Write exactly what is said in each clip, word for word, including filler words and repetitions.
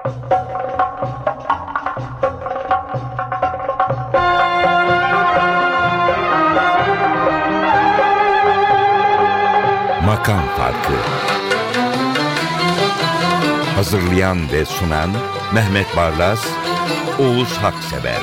Makam Farkı. Hazırlayan ve sunan Mehmet Barlas, Oğuz Haksever.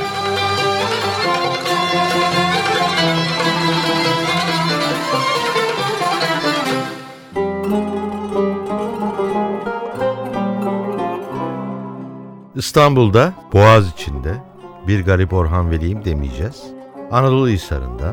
İstanbul'da, Boğaziçi'nde bir garip Orhan Veli'yim demeyeceğiz. Anadolu Hisarı'nda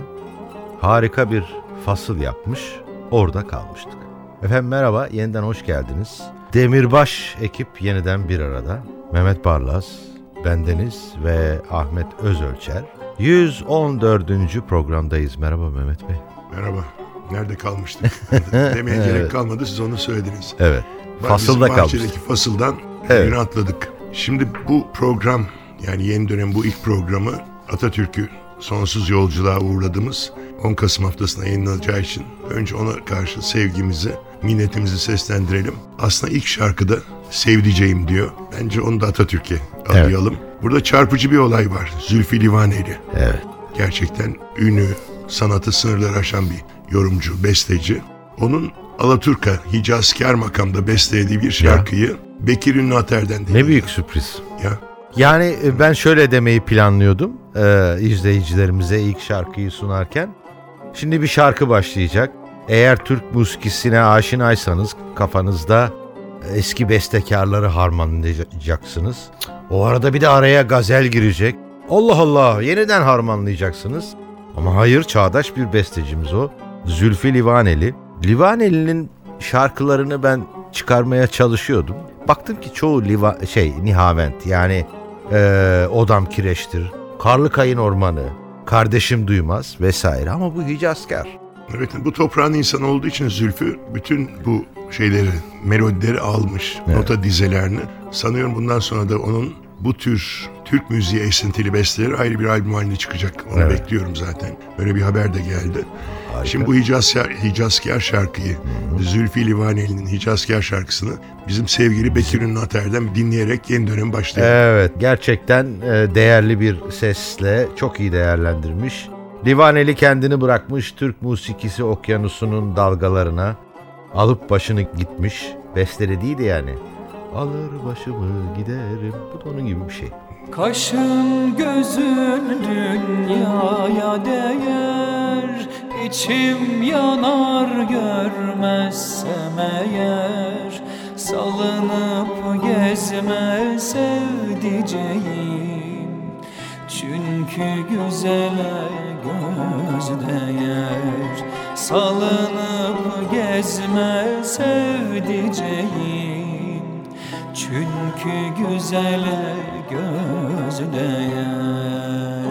harika bir fasıl yapmış, orada kalmıştık. Efendim merhaba, yeniden hoş geldiniz. Demirbaş ekip yeniden bir arada. Mehmet Barlas, bendeniz ve Ahmet Özölçer. yüz on dördüncü programdayız. Merhaba Mehmet Bey. Merhaba. Nerede kalmıştık? Demeye gerek Evet. kalmadı, siz onu söylediniz. Evet, fasılda kalmıştık. Bahçedeki fasıldan Evet. yine atladık. Şimdi bu program, yani yeni dönem bu ilk programı Atatürk'ü sonsuz yolculuğa uğurladığımız on Kasım haftasına yayınlanacağı için önce ona karşı sevgimizi, minnetimizi seslendirelim. Aslında ilk şarkıda sevdiceğim diyor. Bence onu da Atatürk'e adayalım. Evet. Burada çarpıcı bir olay var. Zülfü Livaneli. Evet. Gerçekten ünü, sanatı sınırları aşan bir yorumcu, besteci. Onun Alaturka, Hicazkar makamda bestelediği bir şarkıyı ya. Bekir Ünlü Ater'den dinledim. Ne büyük sürpriz. Ya. Yani ben şöyle demeyi planlıyordum e, izleyicilerimize ilk şarkıyı sunarken. Şimdi bir şarkı başlayacak. Eğer Türk musikisine aşinaysanız kafanızda eski bestekarları harmanlayacaksınız. O arada bir de araya gazel girecek. Allah Allah, yeniden harmanlayacaksınız. Ama hayır, çağdaş bir bestecimiz o. Zülfü Livaneli. Livaneli'nin şarkılarını ben çıkarmaya çalışıyordum. Baktım ki çoğu liva, şey Nihavent, yani e, Odam Kireç'tir, Karlı Kayın Ormanı, Kardeşim Duymaz vesaire, ama bu Hicazkar. Evet, bu toprağın insanı olduğu için Zülfü bütün bu şeyleri, melodileri almış, evet. Nota dizelerini. Sanıyorum bundan sonra da onun bu tür Türk müziği esintili besteleri ayrı bir albüm halinde çıkacak. Onu evet. bekliyorum zaten. Böyle bir haber de geldi. Harika. Şimdi bu Hicazkar, Hicazkar şarkıyı, Hı-hı. Zülfü Livaneli'nin Hicazkar şarkısını bizim sevgili Bekir Ünlü Ater'den dinleyerek yeni dönem başlayalım. Evet, gerçekten değerli bir sesle çok iyi değerlendirmiş. Livaneli kendini bırakmış, Türk musikisi okyanusunun dalgalarına alıp başını gitmiş. Bestelediğiydi yani. Alır başımı giderim. Bu da onun gibi bir şey. Kaşın gözün dünyaya değer, içim yanar görmezsem eğer. Salınıp gezme sevdiceğim, çünkü güzele göz değer. Salınıp gezme sevdiceğim, çünkü güzele göz değer.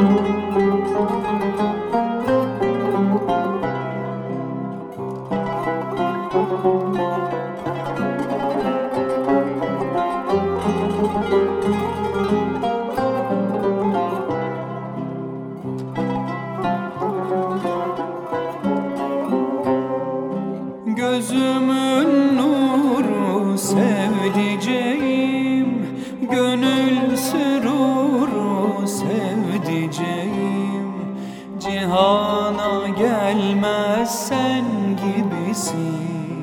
Gözümün nuru sevdiceğim, gönül süruru sevdiceğim. Cihana gelmez sen gibisi,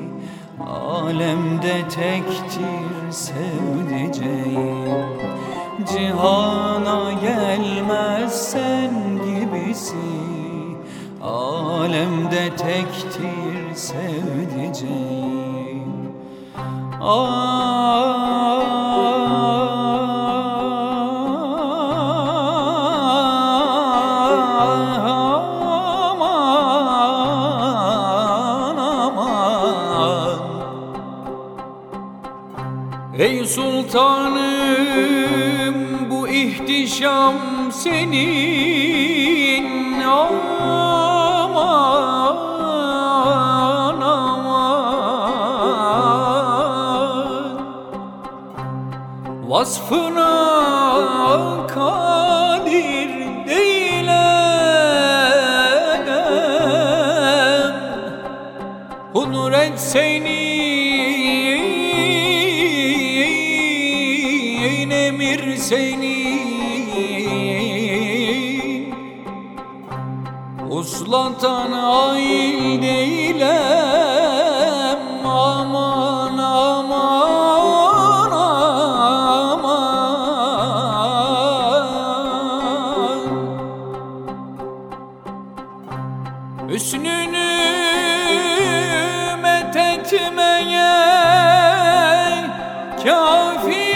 alemde tektir sevdiceğim. Cihana gelmez sen gibisi, alemde tektir sevdiceğim. Aman aman. Ey sultanım, bu ihtişam senin. Aman aman. Vasfına kadir değilim, hunur et seni emir senin, uslatan ail değilim. Aman aman aman, hüsnünü methetmeye kafi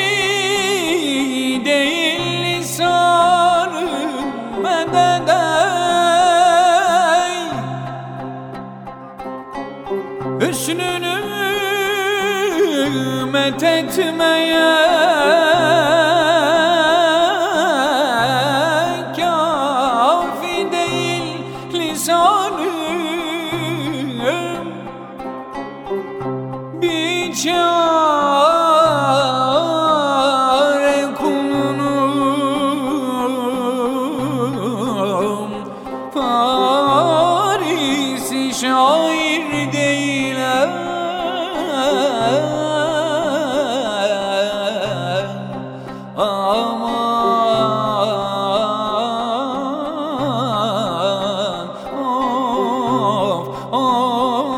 değil lisanım medet ey. Hüsnünü methetmeye kafi değil lisanım. Biçare kulunum, Paris'i şair değilim. Aman of of,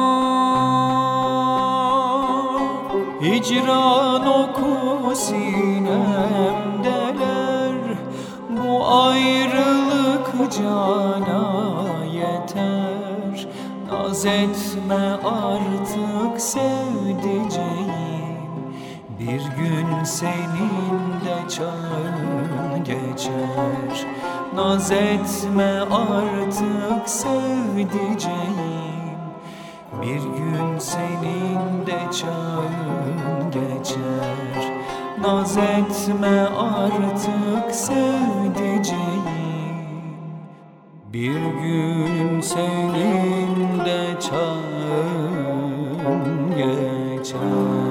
hicran oku sinemdeler, bu ayrılık cana yeter. Naz etme artık sevdiceğim, bir gün senin de çağın geçer. Naz etme artık sevdiceğim, bir gün senin de çağın geçer. Naz etme artık sevdiceğim, bir gün senin de çağın geçer.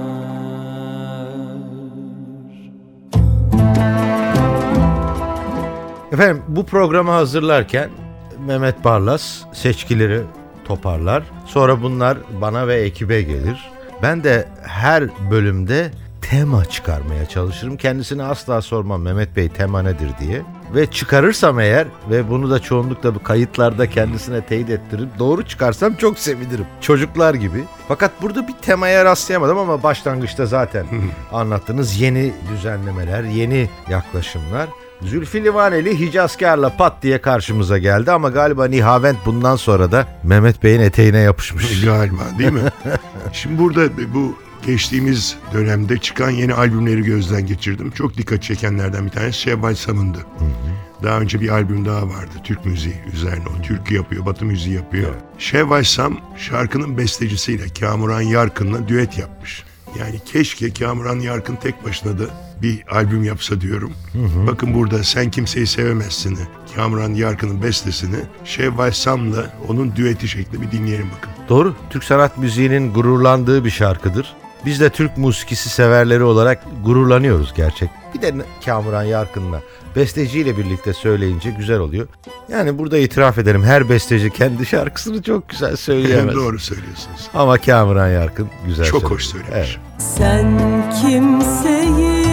Efendim, bu programı hazırlarken Mehmet Barlas seçkileri toparlar. Sonra bunlar bana ve ekibe gelir. Ben de her bölümde tema çıkarmaya çalışırım. Kendisine asla sormam Mehmet Bey tema nedir diye. Ve çıkarırsam eğer ve bunu da çoğunlukla bu kayıtlarda kendisine teyit ettirip doğru çıkarsam çok sevinirim. Çocuklar gibi. Fakat burada bir temaya rastlayamadım ama başlangıçta zaten anlattığınız yeni düzenlemeler, yeni yaklaşımlar. Zülfü Livaneli Hicazkar'la pat diye karşımıza geldi ama galiba Nihavent bundan sonra da Mehmet Bey'in eteğine yapışmış. Galiba değil mi? Şimdi burada bu geçtiğimiz dönemde çıkan yeni albümleri gözden geçirdim. Çok dikkat çekenlerden bir tanesi Şevval Sam'ındı. Hı hı. Daha önce bir albüm daha vardı. Türk müziği üzerine. O türkü yapıyor, Batı müziği yapıyor. Evet. Şevval Sam şarkının bestecisiyle Kamuran Yarkın'la düet yapmış. Yani keşke Kamuran Yarkın tek başına da bir albüm yapsa diyorum. Hı hı. Bakın burada Sen Kimseyi Sevemezsin'i, Kamuran Yarkın'ın bestesini Şevval Sam'la onun düeti şeklinde bir dinleyelim bakın. Doğru. Türk sanat müziğinin gururlandığı bir şarkıdır. Biz de Türk musikisi severleri olarak gururlanıyoruz gerçek. Bir de Kamuran Yarkın'la besteciyle birlikte söyleyince güzel oluyor. Yani burada itiraf ederim, her besteci kendi şarkısını çok güzel söyleyemez. Doğru söylüyorsunuz. Ama Kamuran Yarkın güzel çok söylüyor. Hoş söylemiş. Evet. Sen kimseyi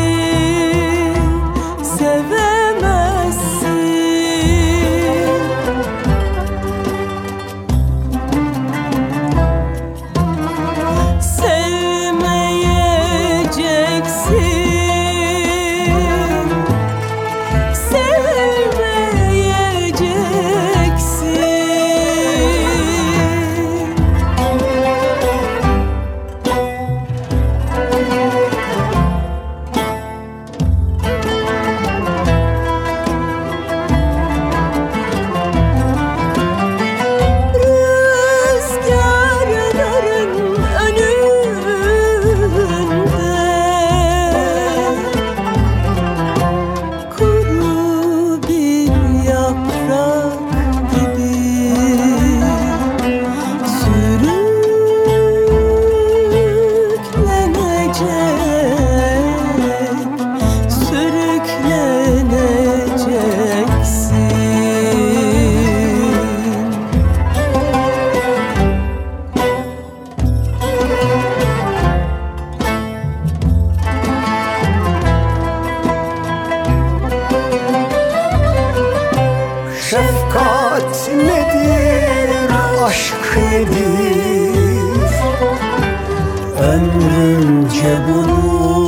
sevemezsin, sevmeyeceksin. nedir? Ömrümce bunu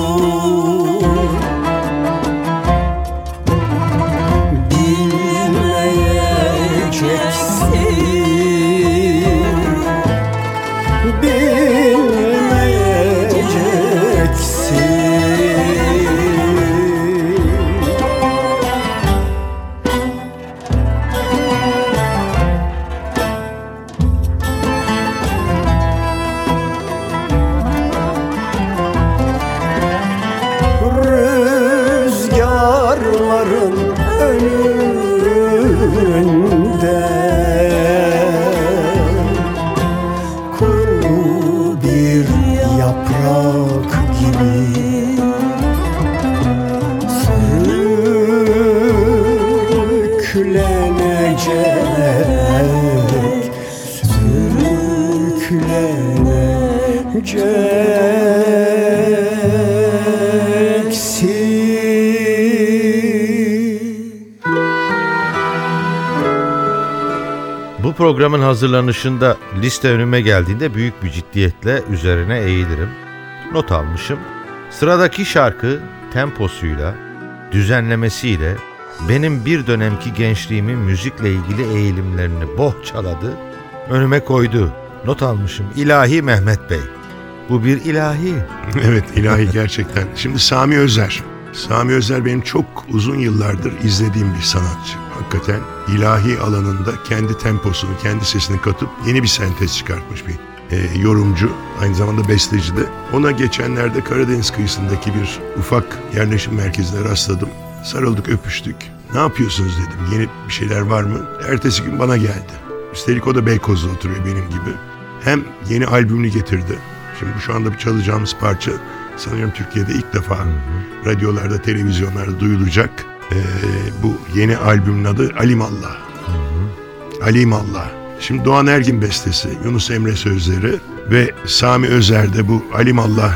Bu programın hazırlanışında liste önüme geldiğinde büyük bir ciddiyetle üzerine eğilirim. Not almışım. Sıradaki şarkı temposuyla, düzenlemesiyle benim bir dönemki gençliğimin müzikle ilgili eğilimlerini bohçaladı, önüme koydu. Not almışım. İlahi Mehmet Bey. Bu bir ilahi. Evet, ilahi gerçekten. Şimdi Sami Özer. Sami Özer benim çok uzun yıllardır izlediğim bir sanatçı. Hakikaten ilahi alanında kendi temposunu, kendi sesini katıp yeni bir sentez çıkartmış bir e, yorumcu. Aynı zamanda besteci de. Ona geçenlerde Karadeniz kıyısındaki bir ufak yerleşim merkezine rastladım. Sarıldık, öpüştük. Ne yapıyorsunuz dedim. Yeni bir şeyler var mı? Ertesi gün bana geldi. Üstelik o da Beykoz'da oturuyor benim gibi. Hem yeni albümünü getirdi. Şimdi şu anda bir çalacağımız parça sanıyorum Türkiye'de ilk defa hı hı. radyolarda, televizyonlarda duyulacak. Ee, bu yeni albümün adı Alimallah. Hı hı. Alimallah. Şimdi Doğan Ergin bestesi, Yunus Emre sözleri ve Sami Özer'de bu Alimallah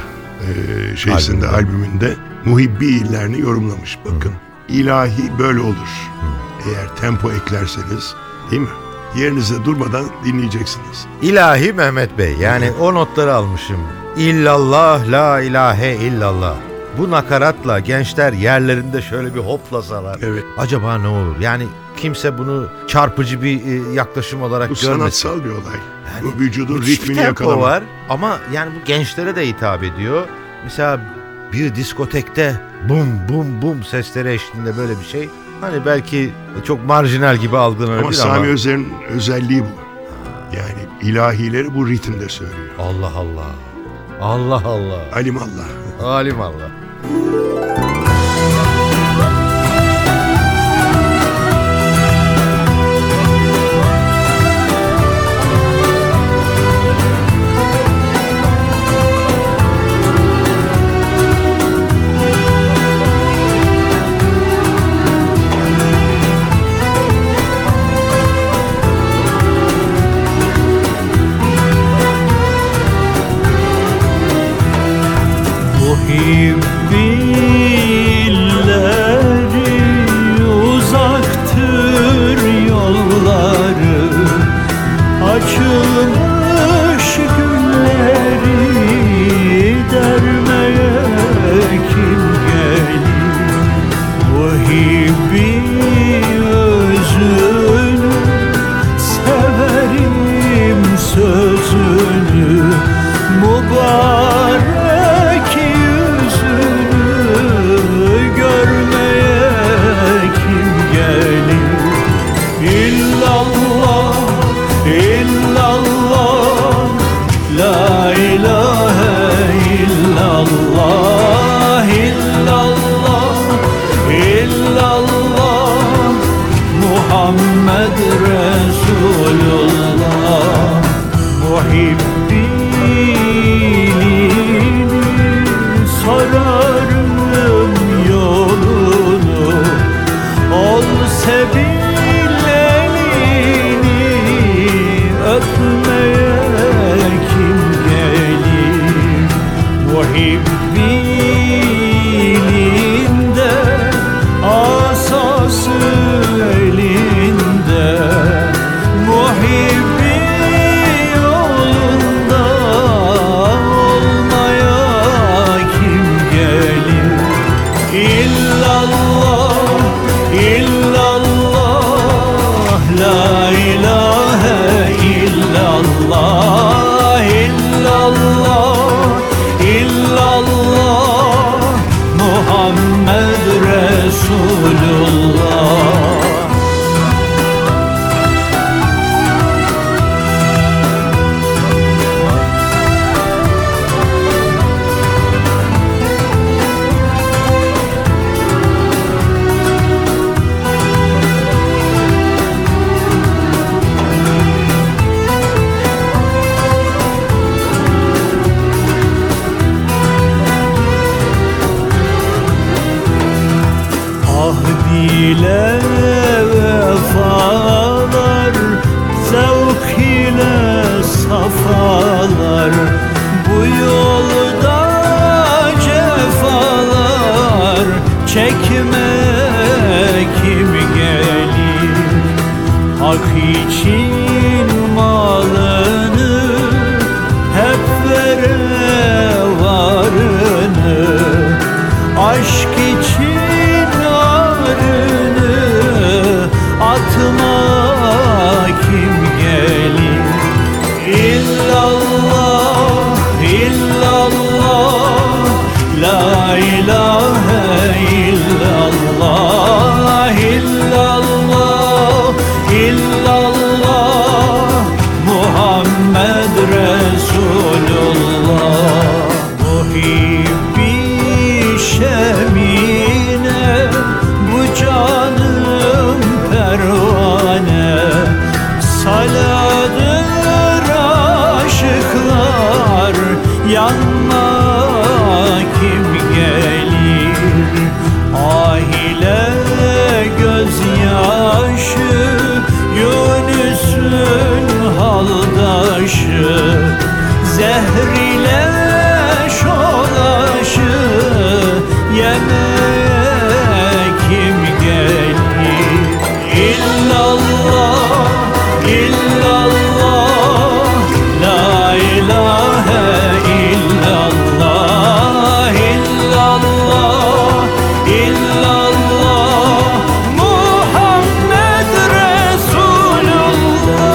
e, şeysinde Albüm. albümünde Muhibbi illerini yorumlamış. Bakın hı. ilahi böyle olur. Hı. Eğer tempo eklerseniz, değil mi? Yerinizde durmadan dinleyeceksiniz. İlahi Mehmet Bey, yani o notları almışım. İllallah, la ilahe illallah. Bu nakaratla gençler yerlerinde şöyle bir hoplasalar. Evet. Acaba ne olur? Yani kimse bunu çarpıcı bir yaklaşım olarak bu görmesin. Bu sanatsal bir olay. Yani bu vücudun ritmini yakalamak. var ama yani bu gençlere de hitap ediyor. Mesela bir diskotekte bum bum bum sesleri eşliğinde böyle bir şey. Hani belki çok marjinal gibi algılanabilir ama... Ama Sami Özer'in özelliği bu. Yani ilahileri bu ritimde söylüyor. Allah Allah. Allah Allah. Alimallah. Alimallah. Muhibbilleri uzaktır yolları, açılmış gülleri dermeye kim gelir? Muhibbi özünü severim sözünü, mübarek yüzünü görmeye kim gelir? İllallah, illallah, la ilahe illallah, illallah. Resulullah. ile vefalar, zevk ile safalar, bu yolda cefalar çekme kim gelir? Hak için malını hep vere varını, aşk için atma kim gelir? İllallah, illallah, la ilahe illallah, illallah, illallah, Muhammed Resulullah. Muhibbi şemine bu canım pervane, saladır aşıklar yanma kim gelir? Ah ile gözyaşı Yunus'un haldaşı, zehr ile şolaşı yemek kim gelir? İllallah, illallah, la ilahe illallah, illallah, illallah, Muhammed Resulullah.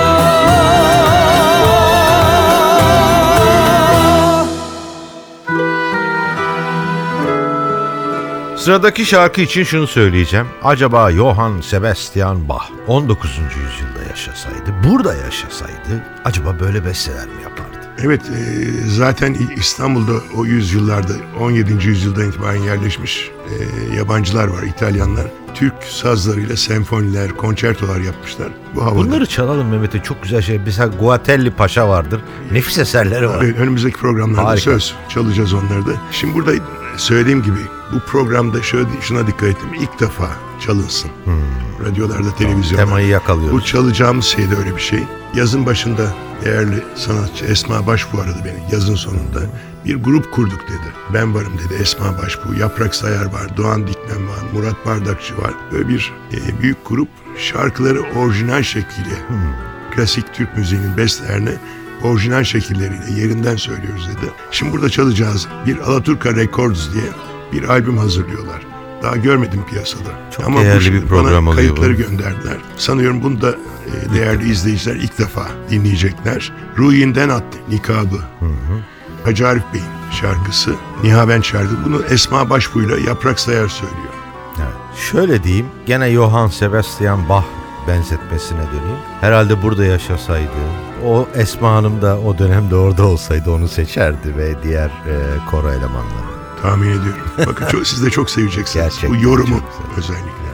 Sıradaki şarkı için şunu söyleyeceğim. Acaba Johann Sebastian Bach on dokuzuncu yüzyılda yaşasaydı, burada yaşasaydı acaba böyle besteler mi yapardı? Evet, e, zaten İstanbul'da o yüzyıllarda on yedinci yüzyıldan itibaren yerleşmiş e, yabancılar var, İtalyanlar. Türk sazlarıyla senfoniler, konçertolar yapmışlar. Bu havada. Bunları çalalım Mehmet'e, çok güzel şey. Mesela Guatelli Paşa vardır. Nefis eserleri var. Evet, önümüzdeki programlarda Harika. söz çalacağız onları da. Şimdi burada söylediğim gibi bu programda şöyle şuna dikkat ettim. İlk defa çalınsın. Hmm. Radyolarda, televizyonda. Temayı yakalıyoruz. Bu çalacağımız şey de öyle bir şey. Yazın başında değerli sanatçı Esma Başbuğ aradı beni. Yazın sonunda bir grup kurduk dedi. Ben varım dedi. Esma Başbuğ, Yaprak Sayar var, Doğan Dikmen var, Murat Bardakçı var. Böyle bir e, büyük grup şarkıları orijinal şekliyle, hmm. klasik Türk müziğinin bestelerini orijinal şekilleriyle yerinden söylüyoruz dedi. Şimdi burada çalacağız bir Alaturka Records diye bir albüm hazırlıyorlar. Daha görmedim piyasada. Çok ama değerli bu bir program bana oluyor kayıtları bu. gönderdiler. Sanıyorum bunu da e, değerli izleyiciler ilk defa dinleyecekler. Ruhinden attı nikabı. Hı hı. Hacı Arif Bey'in şarkısı. Nihavent şarkı. Bunu Esma Başbuğ'yla Yaprak Sayar söylüyor. Evet. Şöyle diyeyim, gene Johann Sebastian Bach benzetmesine döneyim. Herhalde burada yaşasaydı, o Esma Hanım da o dönemde orada olsaydı onu seçerdi ve diğer e, koro elemanları. Tahmin ediyorum. Bakın çok, siz de çok seveceksiniz. Gerçekten bu yorumu çok özellikle.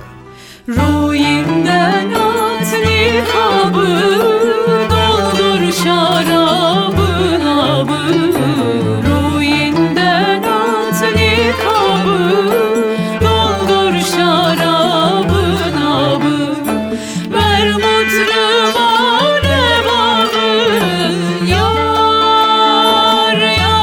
Ruhimden at nikabı, doldur şarabın abı. Ruhimden at nikabı, doldur şarabın abı. Ver mutluğa revabı, yar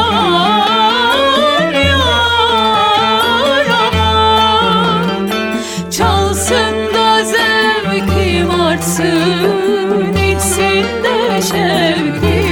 yar yar aman. Çalsın da zevkim artsın, içsin de şevkim.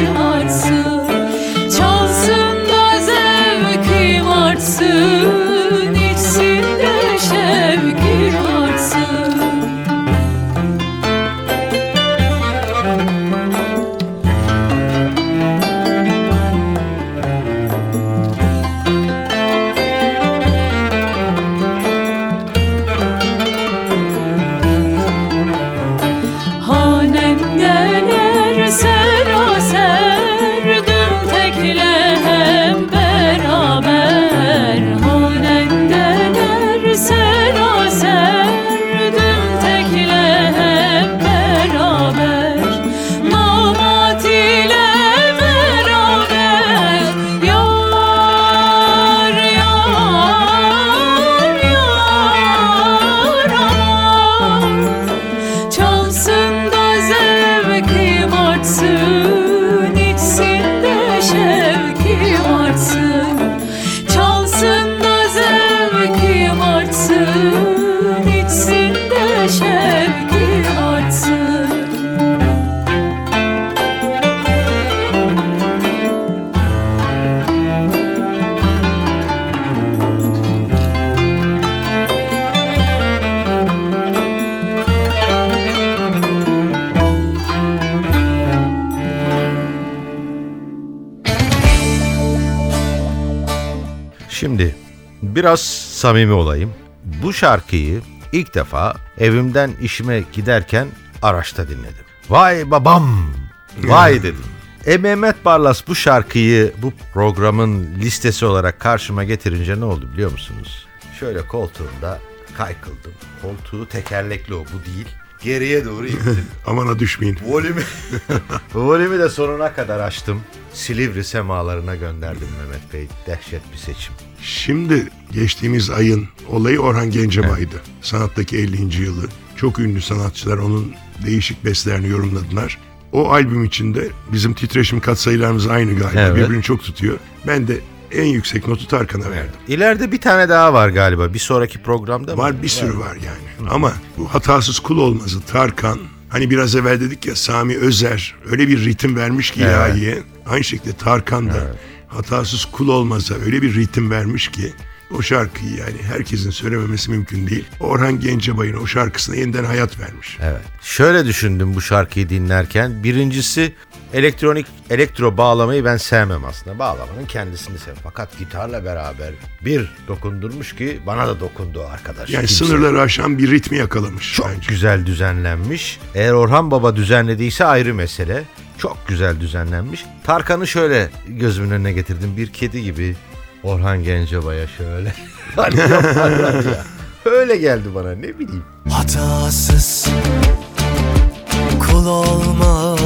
biraz samimi olayım. Bu şarkıyı ilk defa evimden işime giderken araçta dinledim. Vay babam, vay dedim. E Mehmet Barlas bu şarkıyı bu programın listesi olarak karşıma getirince ne oldu biliyor musunuz? Şöyle koltuğumda kaykıldım. Koltuğu tekerlekli o, bu değil. Geriye doğru gittim. Amana düşmeyin. Volümü, volümü de sonuna kadar açtım. Silivri semalarına gönderdim Mehmet Bey. Dehşet bir seçim. Şimdi geçtiğimiz ayın olayı Orhan Gencebay'dı. Sanattaki ellinci yılı. Çok ünlü sanatçılar onun değişik bestelerini yorumladılar. O albüm içinde bizim titreşim katsayılarımız aynı galiba. Evet. Birbirini çok tutuyor. Ben de en yüksek notu Tarkan'a verdim. İleride bir tane daha var galiba. Bir sonraki programda mı? Var, bir sürü var yani. Ama bu hatasız kul olmazı Tarkan, hani biraz evvel dedik ya, Sami Özer öyle bir ritim vermiş ki Evet. ilahiye. Aynı şekilde Tarkan da hatasız kul olmaza öyle bir ritim vermiş ki o şarkıyı yani herkesin söylememesi mümkün değil. Orhan Gencebay'ın o şarkısına yeniden hayat vermiş. Evet. Şöyle düşündüm bu şarkıyı dinlerken. Birincisi elektronik, elektro bağlamayı ben sevmem aslında. Bağlamanın kendisini sevmem. Fakat gitarla beraber bir dokundurmuş ki bana da dokundu o arkadaş. Yani Kimse- sınırları aşan bir ritmi yakalamış Çok bence. güzel düzenlenmiş. Eğer Orhan Baba düzenlediyse ayrı mesele. Çok güzel düzenlenmiş. Tarkan'ı şöyle gözümün önüne getirdim. Bir kedi gibi Orhan Gencebay'a şöyle. Hani yaparlar ya. Öyle geldi bana, ne bileyim. Hatasız kul olmaz,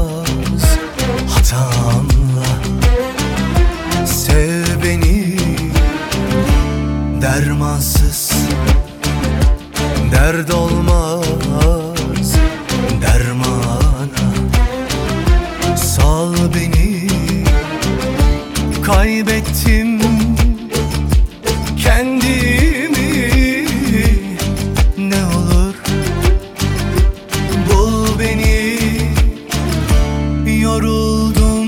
hatamla sev beni. Dermansız dert olmaz, dermana sal beni. Kaybettim kendimi, ne olur bul beni. Yoruldum,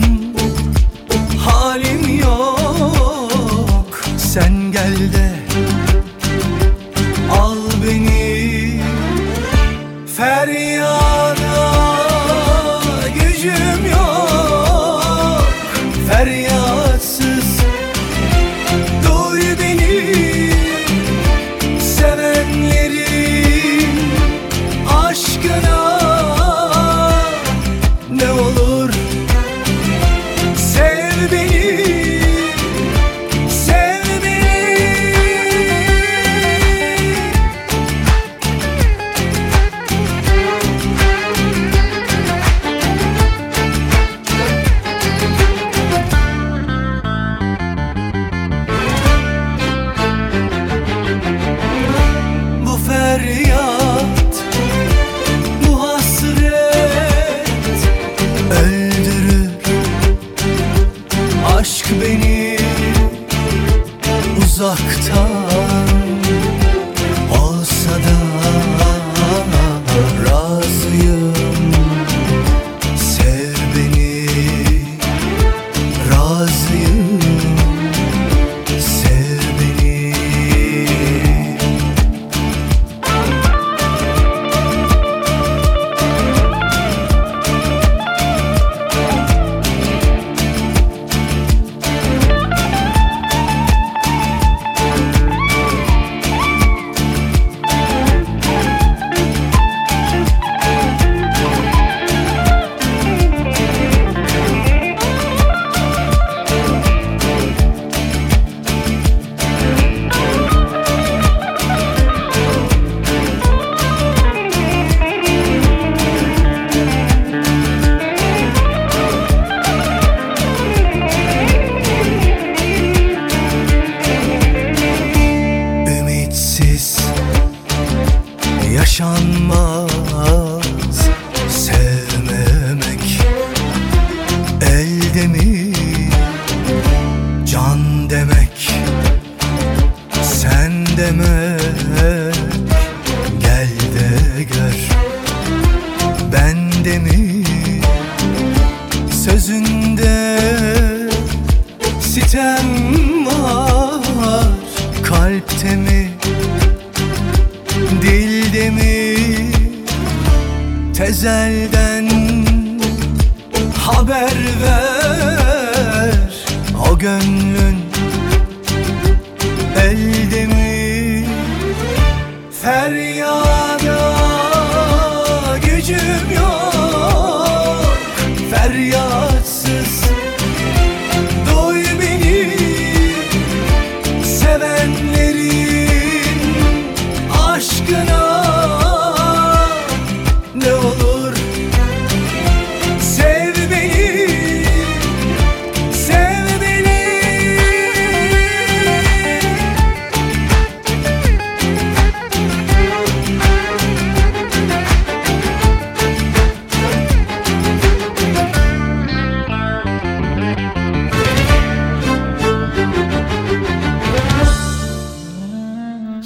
halim yok, sen gel de al beni. Feryada gücüm yok, feryatsız duy beni. Sevenlerin aşkına ne olur sev beni, sev beni. Bu feryat, bu hasret öldürür. Aşk beni uzaktan olsa da razıyım. Sev beni, razıyım. Sev beni. Ümitsiz yaşanmaz, sevmemek elde mi? Can demek, sen demek, gel de gör bende mi? Sözünde sitem var, kalpte mi, dilde mi? Tezelden haber ver, o gönlün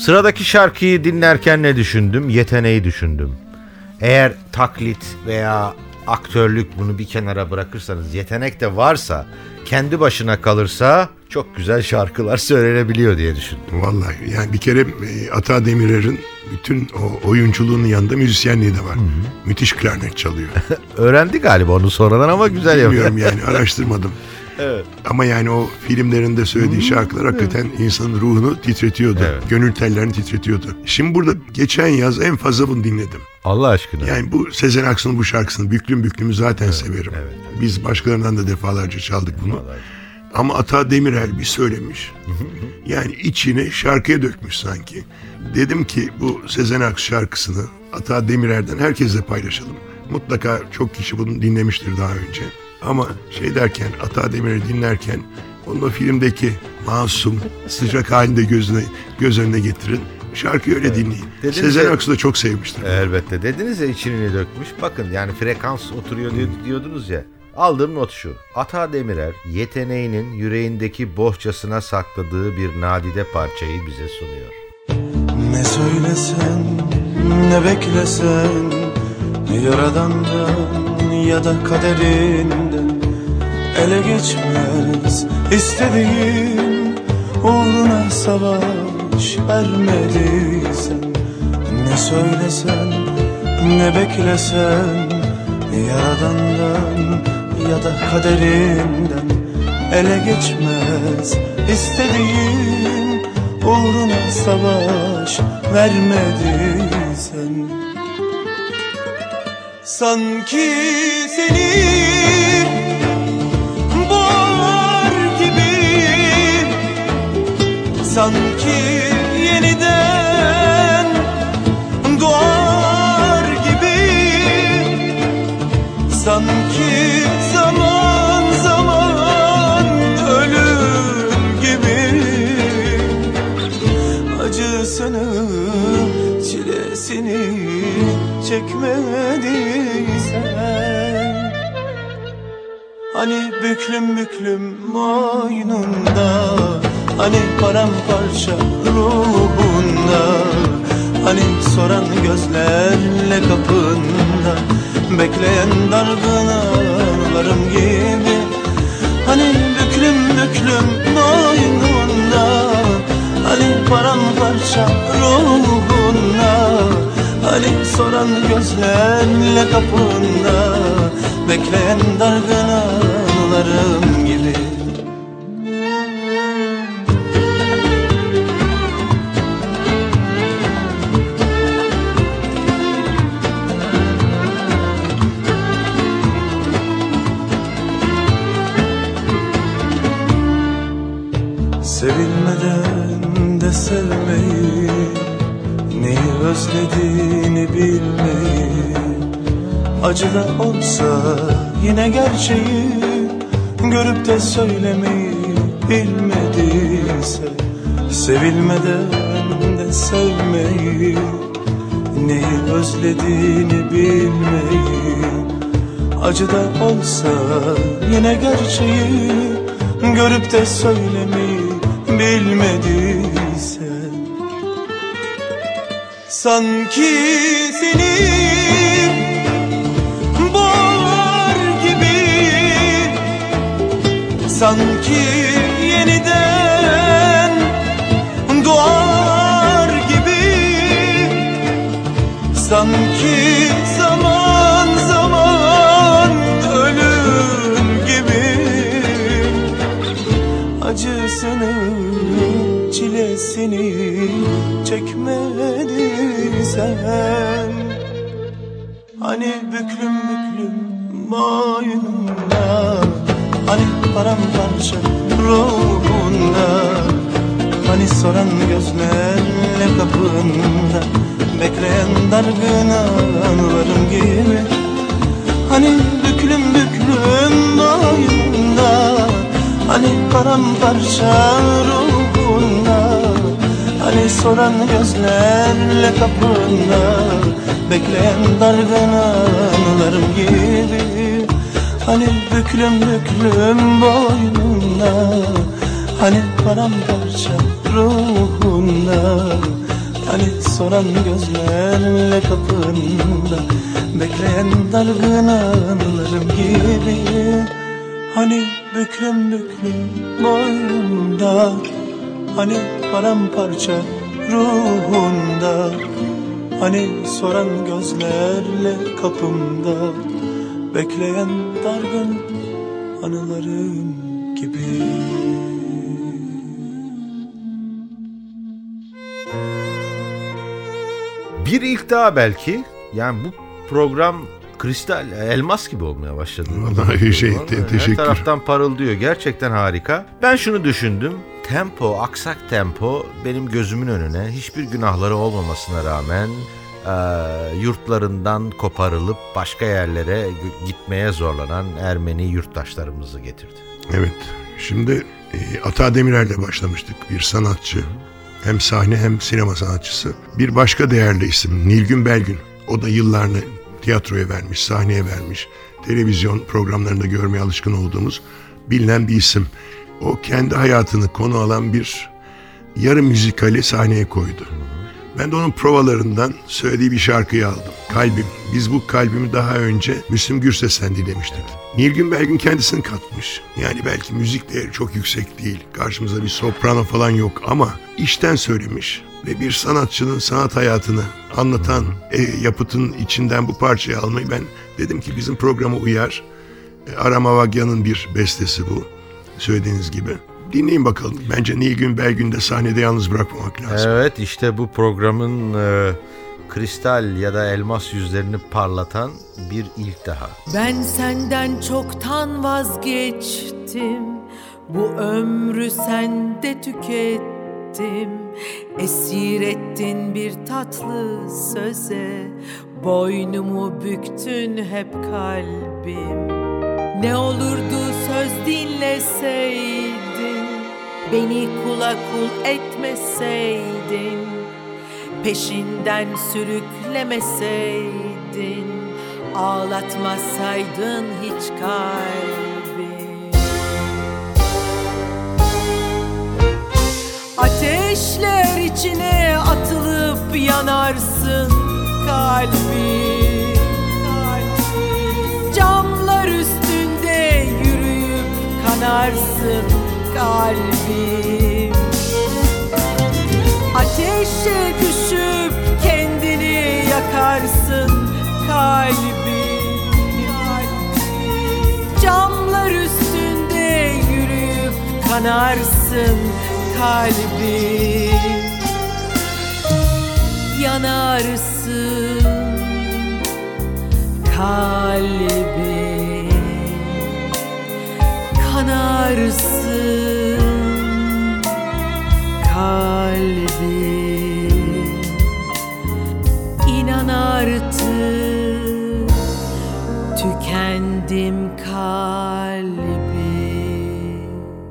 Sıradaki şarkıyı dinlerken ne düşündüm? Yeteneği düşündüm. Eğer taklit veya aktörlük bunu bir kenara bırakırsanız, yetenek de varsa, kendi başına kalırsa çok güzel şarkılar söylenebiliyor diye düşündüm. Vallahi yani bir kere e, Ata Demirer'in bütün o oyunculuğunun yanında müzisyenliği de var. Hı hı. Müthiş klarnet çalıyor. Öğrendi galiba onu sonradan ama güzel yapıyor. Bilmiyorum yani, araştırmadım. Evet. Ama yani o filmlerinde söylediği şarkılar hakikaten insanın ruhunu titretiyordu. Evet. Gönül tellerini titretiyordu. Şimdi burada geçen yaz en fazla bunu dinledim. Allah aşkına. Yani bu Sezen Aksu'nun bu şarkısını, Büklüm Büklüm'ü zaten evet, severim. Evet, evet. Biz başkalarından da defalarca çaldık bunu. Vallahi. Ama Ata Demirer bir söylemiş. Yani içini şarkıya dökmüş sanki. Dedim ki bu Sezen Aksu şarkısını Ata Demirer'den herkesle paylaşalım. Mutlaka çok kişi bunu dinlemiştir daha önce. Ama şey derken, Ata Demirer'i dinlerken onun o filmdeki masum, sıcak halinde gözüne, göz önüne getirin. Şarkıyı öyle evet. dinleyin. Dediniz Sezen ya, Aksu da çok sevmiştir. Elbette. Dediniz ya içini dökmüş. Bakın yani frekans oturuyor diyordunuz ya. Aldığım not şu: Ata Demirer yeteneğinin yüreğindeki bohçasına sakladığı bir nadide parçayı bize sunuyor. Ne söylesen, ne beklesen, Yaradan'dan ya da kaderinden ele geçmez istediğin, uğruna savaş vermediysen. Ne söylesen, ne beklesen, Yaradan'dan ya da kaderinden ele geçmez istediğin, uğruna savaş vermediysen. Sanki seni boğar gibi, sanki yeniden doğar gibi, sanki zaman zaman ölür gibi. Acısını, çilesini çekmediysen. Hani büklüm büklüm boynunda, hani paramparça ruhunda, hani soran gözlerle kapında bekleyen dargın ağlarım gibi. Hani büklüm büklüm boynunda, hani paramparça ruhunda, hani soran gözlerle kapında bekleyen dargın ağlarım gibi. Sevilmeden de sevmeyi, neyi özlediğini bilmeyi, acı da olsa yine gerçeği görüp de söylemeyi bilmediyse. Sevilmeden de sevmeyi, neyi özlediğini bilmeyi, acı da olsa yine gerçeği görüp de söylemeyi bilmediyse. Sanki seni boğar gibi, sanki yeniden doğar gibi, sanki zaman zaman ölür gibi. Acısını, çilesini çekmediysen. Hani büklüm büklüm boynunda, hani paramparça ruhunda, hani soran gözlerle kapında bekleyen dargın anılarım gibi. Hani büklüm büklüm boynunda, hani paramparça ruhunda, hani soran gözlerle kapında bekleyen dargın anılarım gibi. Hani büklüm büklüm boynunda, hani paramparça ruhunda, soran gözlerle kapında bekleyen dargın anılarım gibi. Hani büklüm büklüm boynunda, hani paramparça ruhunda, hani soran gözlerle kapımda bekleyen dargın anılarım gibi. Bir ilk daha belki. Yani bu program kristal, elmas gibi olmaya başladı. Vallahi şey, te- teşekkür. Her taraftan parıldıyor. Gerçekten harika. Ben şunu düşündüm. Tempo, aksak tempo benim gözümün önüne hiçbir günahları olmamasına rağmen e, yurtlarından koparılıp başka yerlere gitmeye zorlanan Ermeni yurttaşlarımızı getirdi. Evet. Şimdi e, Ata Demirer'le başlamıştık. Bir sanatçı. Hem sahne hem sinema sanatçısı. Bir başka değerli isim Nilgün Belgün. O da yıllarını tiyatroya vermiş, sahneye vermiş. Televizyon programlarında görmeye alışkın olduğumuz bilinen bir isim. O kendi hayatını konu alan bir yarı müzikali sahneye koydu. Ben de onun provalarından söylediği bir şarkıyı aldım. Kalbim. Biz bu Kalbimi daha önce Müslüm Gürses'ten dinlemiştik. Nilgün Belgün kendisini katmış. Yani belki müzik değeri çok yüksek değil. Karşımızda bir soprano falan yok ama içten söylemiş. Ve bir sanatçının sanat hayatını anlatan e, yapıtın içinden bu parçayı almayı ben dedim ki bizim programa uyar. E, Aram Avagyan'ın bir bestesi bu. Söylediğiniz gibi. Dinleyin bakalım. Bence Nilgün Belgün'ü de sahnede yalnız bırakmamak lazım. Evet, işte bu programın e, kristal ya da elmas yüzlerini parlatan bir ilk daha. Ben senden çoktan vazgeçtim, bu ömrü sende tükettim. Esir ettin bir tatlı söze, boynumu büktün hep kalbim. Ne olurdu söz dinleseydin, beni kula kul etmeseydin, peşinden sürüklemeseydin, ağlatmasaydın hiç kalbi. Ateşler içine atılıp yanarsın kalbi. Camlar üstünde yürüyüp kanarsın kalbim. Ateşe düşüp kendini yakarsın kalbim. Camlar üstünde yürüyüp kanarsın kalbim. Yanarsın kalbim, kanarsın kalbim. İnan artık tükendim kalbim.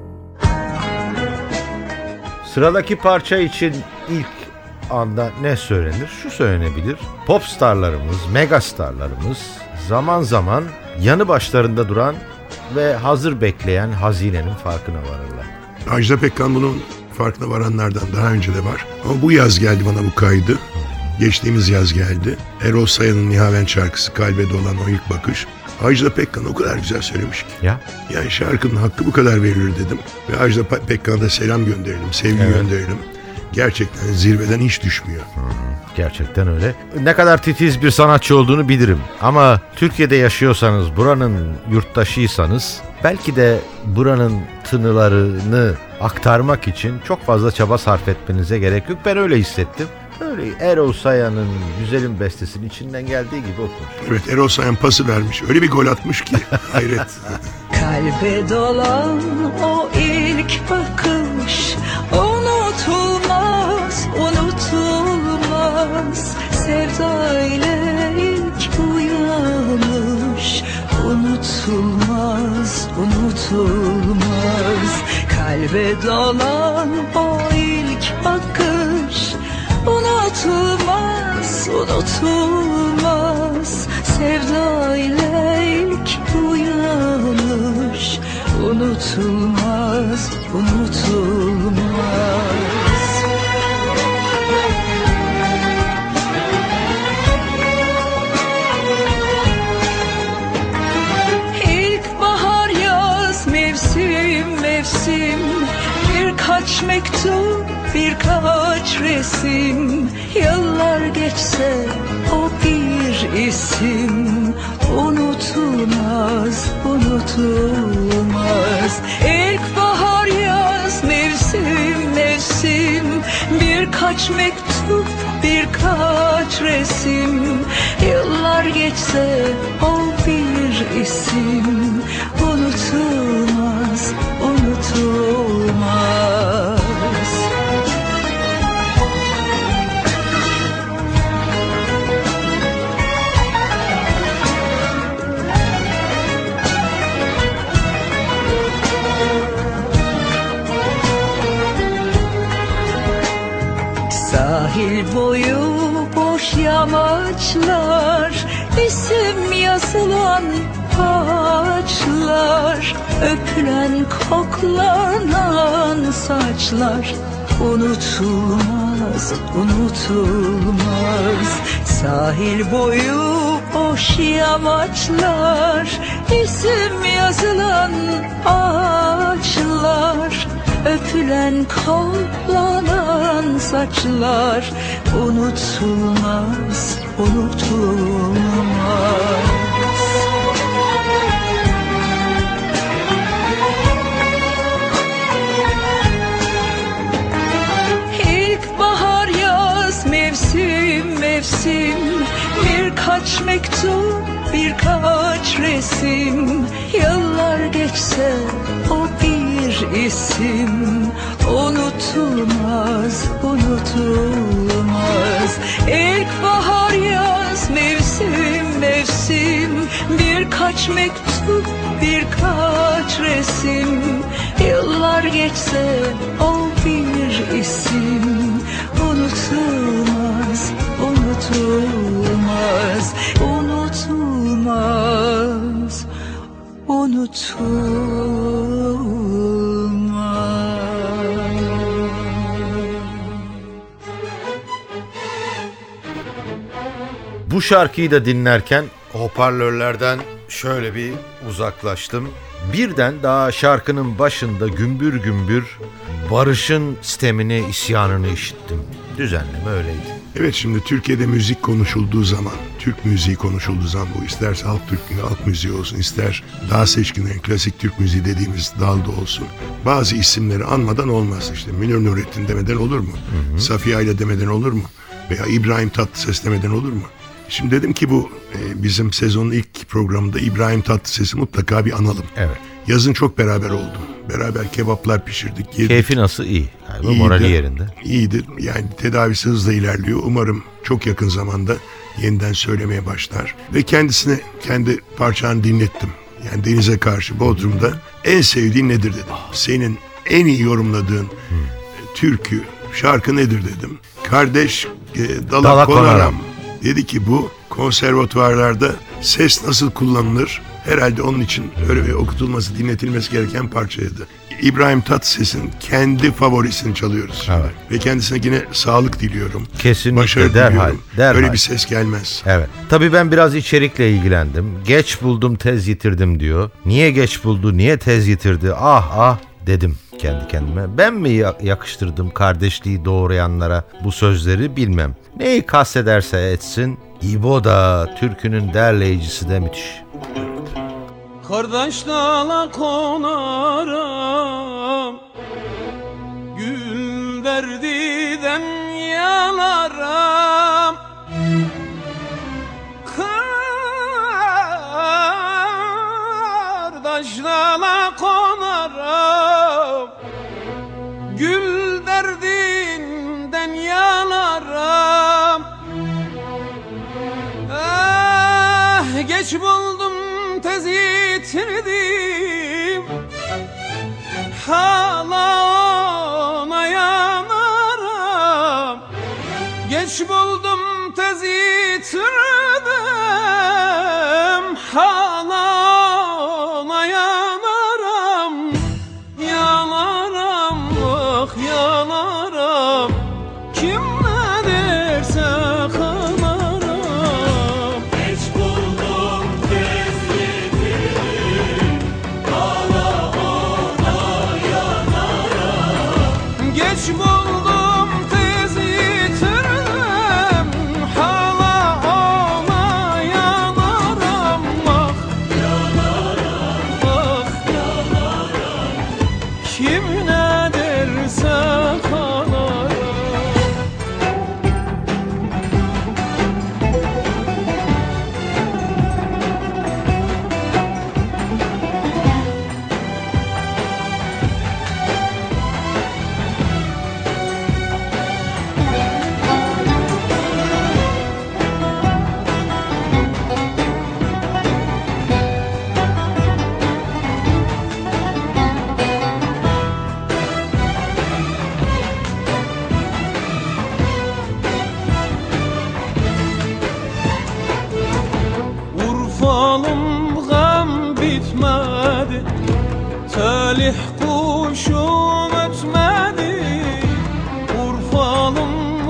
Sıradaki parça için ilk anda ne söylenir? Şu söylenebilir. Pop starlarımız, mega starlarımız zaman zaman yanı başlarında duran ve hazır bekleyen hazinenin farkına varırlar. Ajda Pekkan bunun farkına varanlardan daha önce de var. Ama bu yaz geldi bana bu kaydı. Geçtiğimiz yaz geldi. Erol Sayan'ın Nihavent şarkısı Kalbe Dolan O İlk Bakış. Ajda Pekkan o kadar güzel söylemiş ki. Ya. Yani şarkının hakkı bu kadar verilir dedim. Ve Ajda Pekkan'a da selam gönderelim, sevgi evet. gönderelim. Gerçekten zirveden hiç düşmüyor. Hmm, gerçekten öyle. Ne kadar titiz bir sanatçı olduğunu bilirim. Ama Türkiye'de yaşıyorsanız, buranın yurttaşıysanız belki de buranın tınılarını aktarmak için çok fazla çaba sarf etmenize gerek yok. Ben öyle hissettim. Öyle Erol Sayan'ın güzelim bestesinin içinden geldiği gibi okumuş. Evet, Erol Sayan pası vermiş. Öyle bir gol atmış ki hayret. Kalbe dolan o ilk bakış unutulmaz, unutulmaz. Sevda ile ilk uyanış unutulmaz, unutulmaz. Kalbe dolan o ilk bakış unutulmaz, unutulmaz. Sevda ile ilk uyanış unutulmaz, unutulmaz. mektup, birkaç resim. Yıllar geçse o bir isim unutulmaz, unutulmaz. İlkbahar, yaz, mevsim, mevsim. Birkaç mektup, birkaç resim. Yıllar geçse o bir isim unutulmaz, unutulmaz. Sahil boyu boş yamaçlar, isim yazılan ağaçlar, öpülen koklanan saçlar unutulmaz, unutulmaz. Sahil boyu boş yamaçlar, isim yazılan ağaçlar, öpülen koklanan saçlar unutulmaz, unutulmaz. İlkbahar, yaz, mevsim, mevsim. Birkaç mektup, birkaç resim. Yıllar geçse o bir isim unutulmaz, unutulmaz. İlkbahar, yaz, mevsim, mevsim. Birkaç mektup, birkaç resim. Yıllar geçse o bir isim unutulmaz, unutulmaz, unutulmaz, unutulmaz. Bu şarkıyı da dinlerken hoparlörlerden şöyle bir uzaklaştım. Birden daha şarkının başında gümbür gümbür Barış'ın sitemini, isyanını işittim. Düzenleme öyleydi. Evet, şimdi Türkiye'de müzik konuşulduğu zaman, Türk müziği konuşulduğu zaman, bu isterse halk Türk halk müziği olsun, ister daha seçkin klasik Türk müziği dediğimiz dalda olsun, bazı isimleri anmadan olmaz. İşte Münir Nurettin demeden olur mu? Hı hı. Safiye Ayla demeden olur mu? Veya İbrahim Tatlıses demeden olur mu? Şimdi dedim ki bu e, bizim sezonun ilk programında İbrahim Tatlıses'i mutlaka bir analım. Evet. Yazın çok beraber oldum. Beraber kebaplar pişirdik, yedik. Keyfi nasıl? İyi. Galiba morali yerinde. İyidir. Yani tedavisi hızla ilerliyor. Umarım çok yakın zamanda yeniden söylemeye başlar. Ve kendisine kendi parçanı dinlettim. Yani denize karşı Bodrum'da en sevdiğin nedir dedim. Senin en iyi yorumladığın hmm. türkü, şarkı nedir dedim. Kardeş e, Dala, Dala Konaram. Konaram. Dedi ki bu konservatuvarlarda ses nasıl kullanılır? Herhalde onun için öyle bir okutulması, dinletilmesi gereken parçaydı. İbrahim Tatlıses'in kendi favorisini çalıyoruz. Evet. Ve kendisine yine sağlık diliyorum. Kesinlikle, başarı derhal, diliyorum. derhal. Öyle bir ses gelmez. Evet. Tabii ben biraz içerikle ilgilendim. Geç buldum, tez yitirdim diyor. Niye geç buldu, niye tez yitirdi? Ah ah dedim kendi kendime. Ben mi yakıştırdım kardeşliği doğrayanlara bu sözleri bilmem. Neyi kastederse etsin, İbo da türkünün derleyicisi de müthiş. Kardeş dala konarım, gül derdiden yanarım. Kardeş dala konarım, gül derdinden yanarım. Ah, geç buldum tez yitirdim, hala ona yanarım. Geç buldum tez yitirdim, hala ona yanarım. Yanarım, ah yanarım, kim ne derse kanarım. Geç buldum tez yitirdim, hala ona yanarım. Geç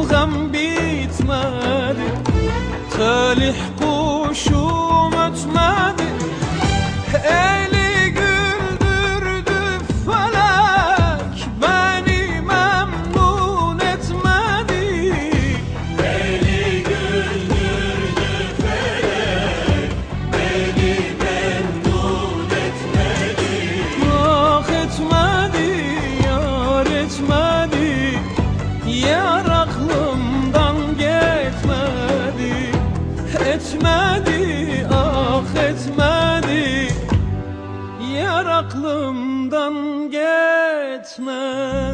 gam bitmedi, talih kuşum ötmedi. Eli güldürdü felek, beni memnun etmedi. Eli güldürdü felek, beni memnun etmedi. Ah etmedi, yar etmedi, yar aklımdan geçmedi. Etmedi, ah etmedi, yar aklımdan geçmedi.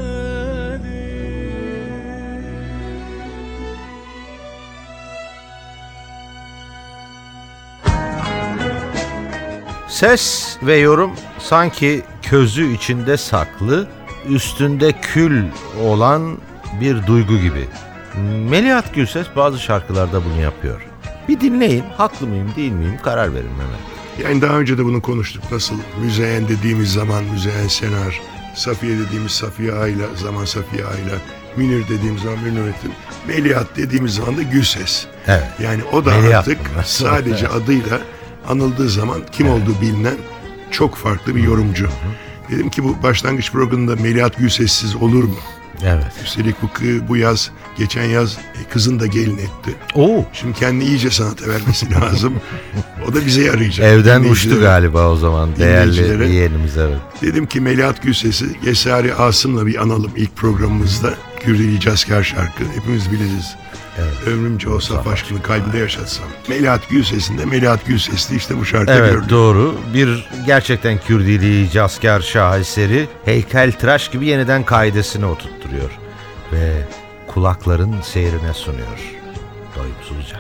Ses ve yorum sanki közü içinde saklı, üstünde kül olan bir duygu gibi. Melihat Gülses bazı şarkılarda bunu yapıyor. Bir dinleyin, haklı mıyım değil miyim karar verin Mehmet. Yani daha önce de bunu konuştuk. Nasıl Müzeyyen dediğimiz zaman Müzeyyen Senar, Safiye dediğimiz Safiye Ayla, zaman Safiye Ayla, Münir dediğimiz zaman Münir Nurettin, Melihat dediğimiz zaman da Gülses. Evet. Yani o da Melihat artık bunlar. sadece adıyla anıldığı zaman kim Evet. olduğu bilinen çok farklı bir yorumcu. Dedim ki bu başlangıç programında Melihat Gülsessiz olur mu? Evet. Üstelik bu, kı- bu yaz, geçen yaz e, kızın da gelin etti. Oo. Şimdi kendini iyice sanata vermesi lazım. O da bize yarayacak. Evden uçtu Dinleyicilere. galiba o zaman değerli Dinleyicilere. yeğenimiz, evet. Dedim ki Melihat Gülses'i Yesari Asım'la bir analım ilk programımızda. Kürdili Cazkar şarkı. Hepimiz biliriz. Evet. Ömrümce o saf aşkını kalbinde yaşatsam. Melihat Gülses'in de Melihat Gülses'li işte bu şarkı Evet, gördüm. doğru. Bir gerçekten Kürdili cazkar şaheseri heykeltıraş gibi yeniden kaidesine oturtturuyor. Ve kulakların seyrine sunuyor. Doyumsuzca.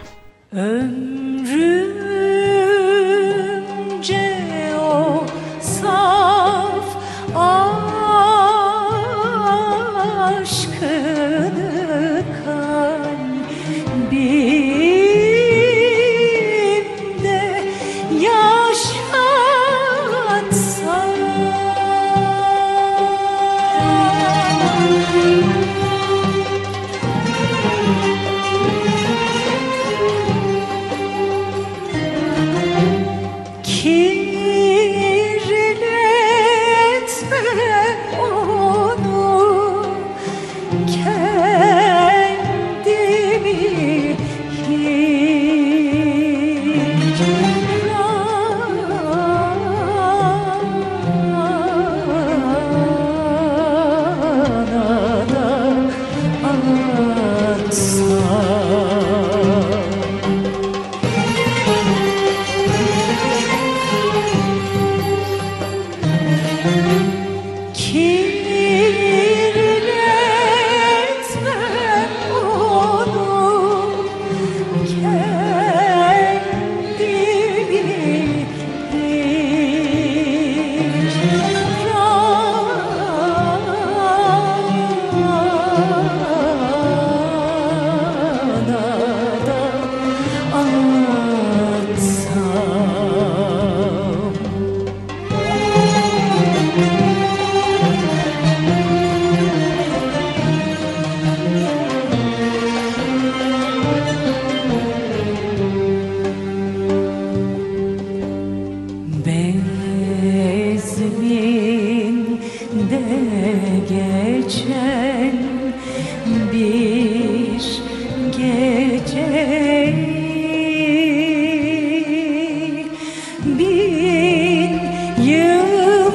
Ömrümce o saf aşkını kalbimde kirletme onu, kendimi hiç ranada atsam. Kirletme onu, kendimi hiç ranada atsam. Bezminde geçen bir gece bin yıl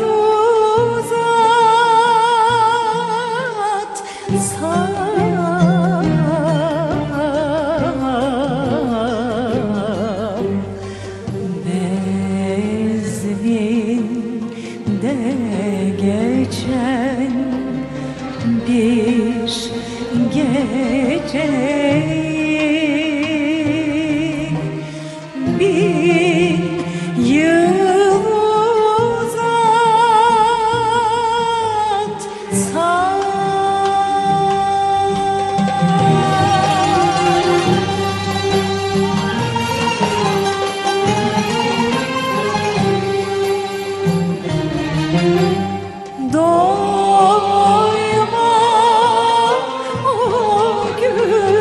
uzatsam. Bezminde geçen bir gece bin yıl uzatsam. Doyma o gün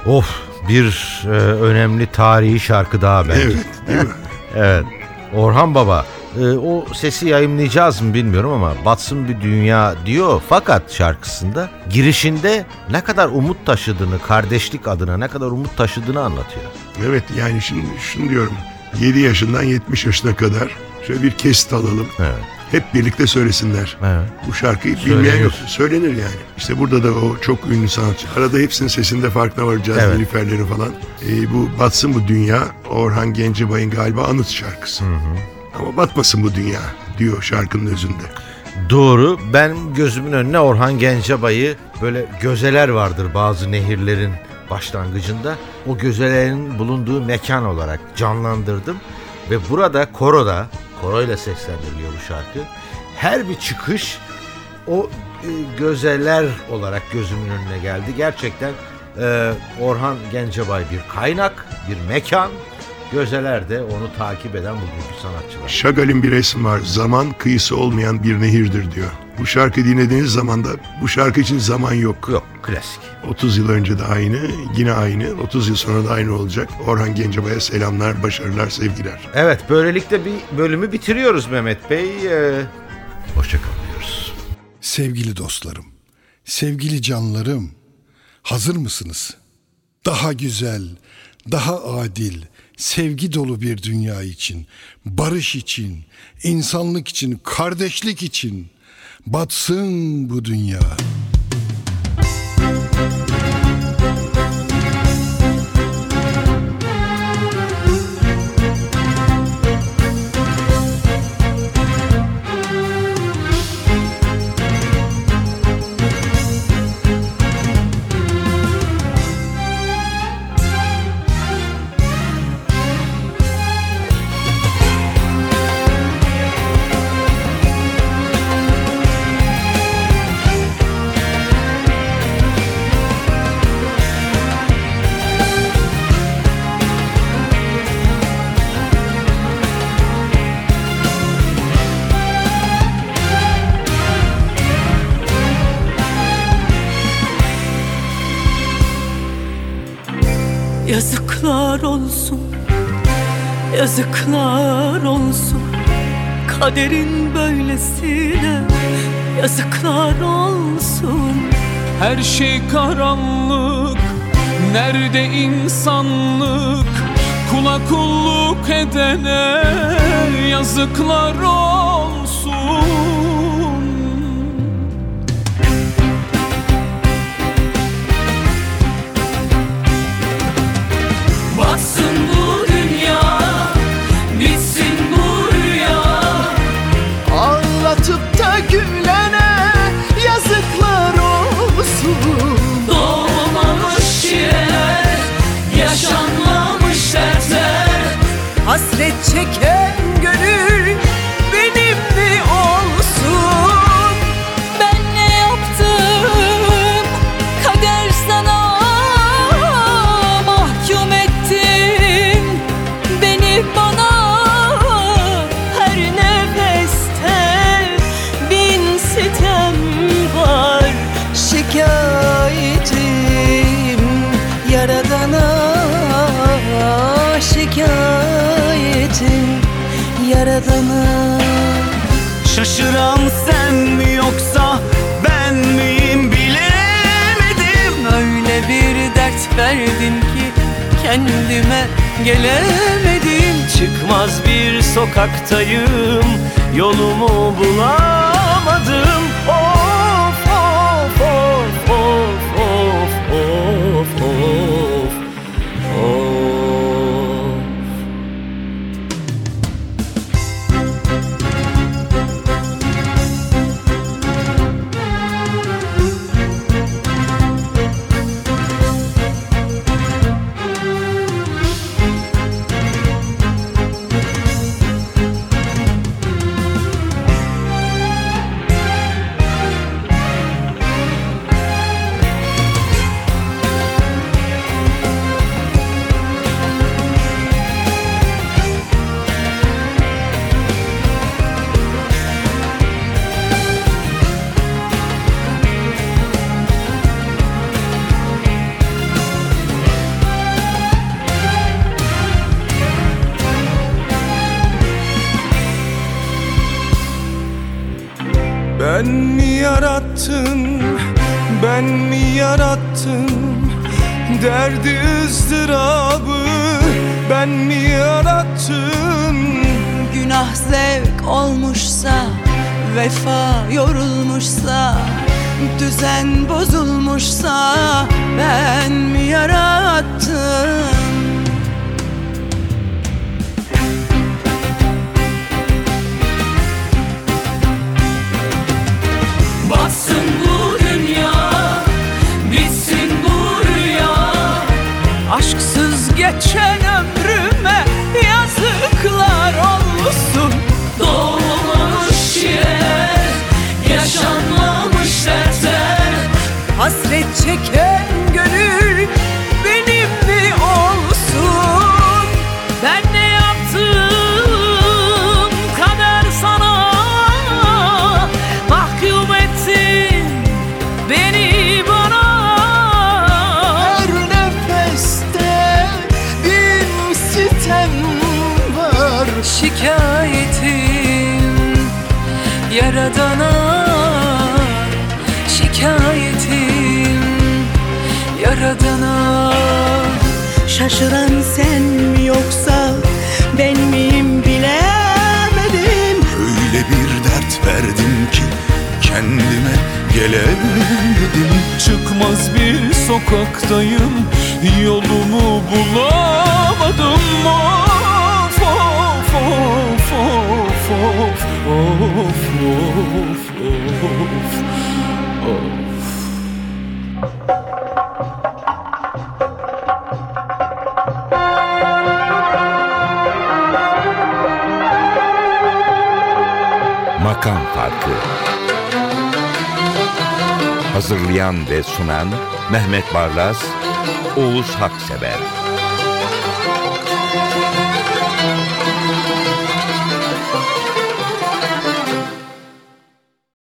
Of, bir e, önemli tarihi şarkı daha bence. Evet, değil mi? Evet. Orhan Baba, e, o sesi yayınlayacağız mı bilmiyorum ama batsın bir dünya diyor. Fakat şarkısında girişinde ne kadar umut taşıdığını, kardeşlik adına ne kadar umut taşıdığını anlatıyor. Evet, yani şimdi şunu diyorum. yedi yaşından yetmiş yaşına kadar şöyle bir kesit alalım. Evet. Hep birlikte söylesinler. Evet. Bu şarkıyı Söylenir. bilmeyen yok. Söylenir yani. İşte burada da o çok ünlü sanatçı. Arada hepsinin sesinde farkına varacağız. Evet. Nilüferleri falan. Ee, bu Batsın Bu Dünya Orhan Gencebay'ın galiba anıt şarkısı. Hı hı. Ama batmasın bu dünya diyor şarkının özünde. Doğru. Ben gözümün önüne Orhan Gencebay'ı, böyle gözeler vardır bazı nehirlerin başlangıcında. O gözelerin bulunduğu mekan olarak canlandırdım. Ve burada koroda, koroyla seslendiriliyor bu şarkı. Her bir çıkış o e, gözeler olarak gözümün önüne geldi. Gerçekten e, Orhan Gencebay bir kaynak, bir mekan. Gözeler de onu takip eden bugünkü sanatçılar. Chagall'in bir resmi var. Zaman kıyısı olmayan bir nehirdir diyor. Bu şarkı dinlediğiniz zaman da bu şarkı için zaman yok. Yok, klasik. otuz yıl önce de aynı, yine aynı. otuz yıl sonra da aynı olacak. Orhan Gencebay'a selamlar, başarılar, sevgiler. Evet, böylelikle bir bölümü bitiriyoruz Mehmet Bey. Ee, hoşça kalın diyoruz. Sevgili dostlarım, sevgili canlarım, hazır mısınız? Daha güzel, daha adil, sevgi dolu bir dünya için, barış için, insanlık için, kardeşlik için batsın bu dünya. Yazıklar olsun, yazıklar olsun, kaderin böylesine yazıklar olsun. Her şey karanlık, nerede insanlık? Kula kulluk edene yazıklar olsun. Batsın bu dünya, bitsin bu rüya. Ağlatıp da gülene yazıklar olsun. Doğmamış çileler, yaşanmamış dertler. Hasret çeken gönül benim mi olsun? Ben ne yaptım, kader sana mahkum ettin beni bana. Her nefeste bin sitem var, Şikayetim Yaradan'a, şikayetim Yaradan'a. Şaşıran sen mi yoksa ben miyim bilemedim. Öyle bir dert verdin ki kendime gelemedim. Çıkmaz bir sokaktayım, yolumu bulamadım. Of of of of of of of of. Sen mi yarattın, ben mi yarattım? Derdi ızdırabı ben mi yarattım? Günah zevk olmuşsa, vefa yorulmuşsa, düzen bozulmuşsa ben mi yarattım? Batsın bu dünya, bitsin bu rüya. Aşksız geçen ömrüme yazıklar olsun. Doğmamış çileler, yaşanmamış dertler. Hasret çeken gönül benim mi olsun? Ben ne yaptım kader sana? Mahkum ettin beni bana. Her nefeste bin sitem var. Şikayetim Yaradan'a, şikayetim Yaradan'a. Şaşıran sen mi yoksa ben miyim bilemedim. Öyle bir dert verdim ki kendime gelemedim. Çıkmaz bir sokaktayım, yolumu bulamadım. Of of of of of of of of of. Makam Farkı. Hazırlayan ve sunan Mehmet Barlas, Oğuz Haksever.